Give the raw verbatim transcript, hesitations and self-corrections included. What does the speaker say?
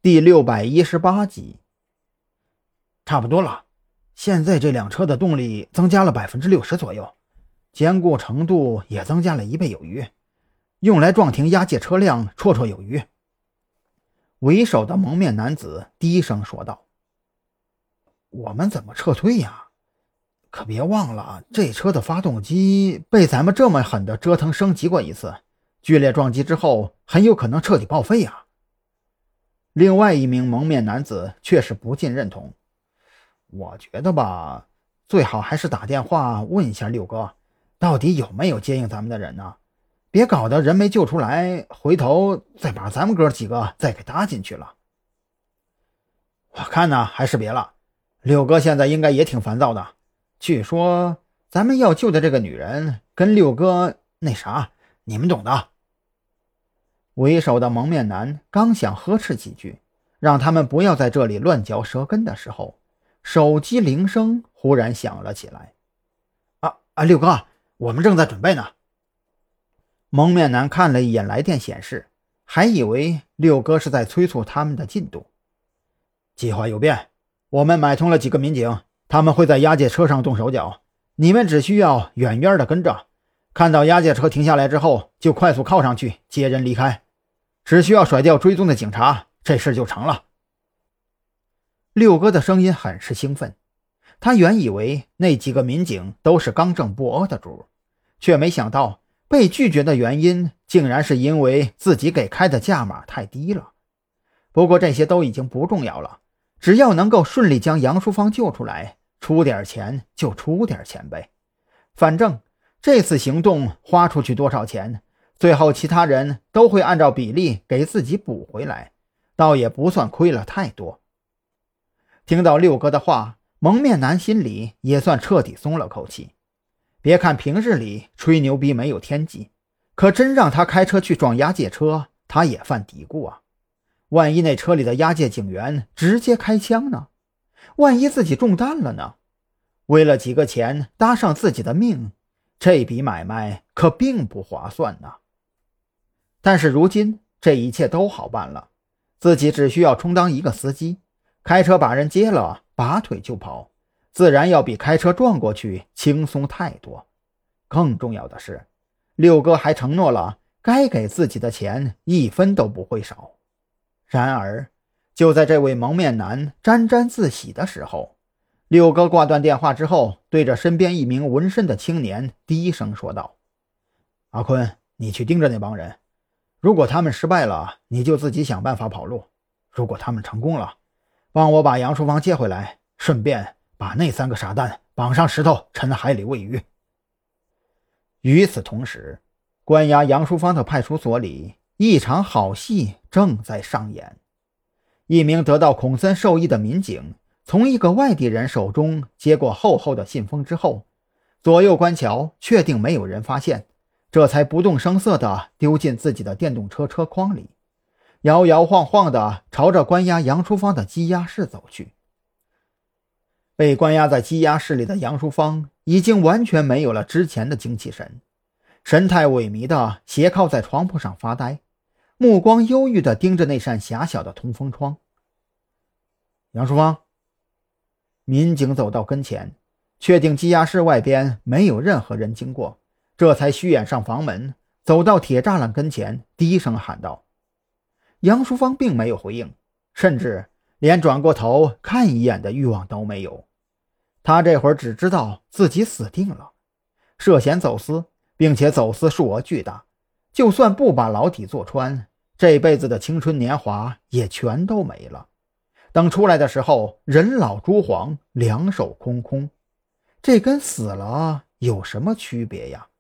第六百一十八集。差不多了，现在这辆车的动力增加了 百分之六十 左右，坚固程度也增加了一倍有余，用来撞停押解车辆绰绰有余。为首的蒙面男子低声说道：我们怎么撤退呀？可别忘了，这车的发动机被咱们这么狠的折腾升级过一次，剧烈撞击之后很有可能彻底报废呀。另外一名蒙面男子却是不尽认同。我觉得吧，最好还是打电话问一下六哥，到底有没有接应咱们的人呢？别搞得人没救出来，回头再把咱们哥几个再给搭进去了。我看呢，还是别了。六哥现在应该也挺烦躁的。据说咱们要救的这个女人跟六哥那啥，你们懂的。为首的蒙面男刚想呵斥几句，让他们不要在这里乱嚼舌根的时候，手机铃声忽然响了起来。啊啊，六哥，我们正在准备呢。蒙面男看了一眼来电显示，还以为六哥是在催促他们的进度。计划有变，我们买通了几个民警，他们会在押解车上动手脚，你们只需要远远的跟着，看到押解车停下来之后就快速靠上去接人离开，只需要甩掉追踪的警察，这事就成了。六哥的声音很是兴奋，他原以为那几个民警都是刚正不阿的主，却没想到被拒绝的原因竟然是因为自己给开的价码太低了。不过这些都已经不重要了，只要能够顺利将杨淑芳救出来，出点钱就出点钱呗。反正这次行动花出去多少钱，最后其他人都会按照比例给自己补回来，倒也不算亏了太多。听到六哥的话，蒙面男心里也算彻底松了口气。别看平日里吹牛逼没有天际，可真让他开车去撞押解车，他也犯嘀咕啊。万一那车里的押解警员直接开枪呢？万一自己中弹了呢？为了几个钱搭上自己的命，这笔买卖可并不划算呢。但是如今这一切都好办了，自己只需要充当一个司机，开车把人接了，拔腿就跑，自然要比开车撞过去轻松太多。更重要的是，六哥还承诺了该给自己的钱一分都不会少。然而就在这位蒙面男沾沾自喜的时候，六哥挂断电话之后，对着身边一名纹身的青年低声说道：阿坤，你去盯着那帮人，如果他们失败了，你就自己想办法跑路，如果他们成功了，帮我把杨淑芳接回来，顺便把那三个傻蛋绑上石头沉海里喂鱼。与此同时，关押杨淑芳的派出所里，一场好戏正在上演。一名得到孔森授意的民警从一个外地人手中接过厚厚的信封之后，左右观瞧，确定没有人发现，这才不动声色地丢进自己的电动车车筐里，摇摇晃晃地朝着关押杨淑芳的羁押室走去。被关押在羁押室里的杨淑芳已经完全没有了之前的精气神，神态萎靡地斜靠在床铺上发呆，目光忧郁地盯着那扇狭小的通风窗。杨淑芳。民警走到跟前，确定羁押室外边没有任何人经过，这才虚掩上房门，走到铁栅栏跟前，低声喊道。杨淑芳并没有回应，甚至连转过头看一眼的欲望都没有。他这会儿只知道自己死定了，涉嫌走私，并且走私数额巨大，就算不把牢底坐穿，这辈子的青春年华也全都没了。等出来的时候，人老珠黄，两手空空，这跟死了有什么区别呀？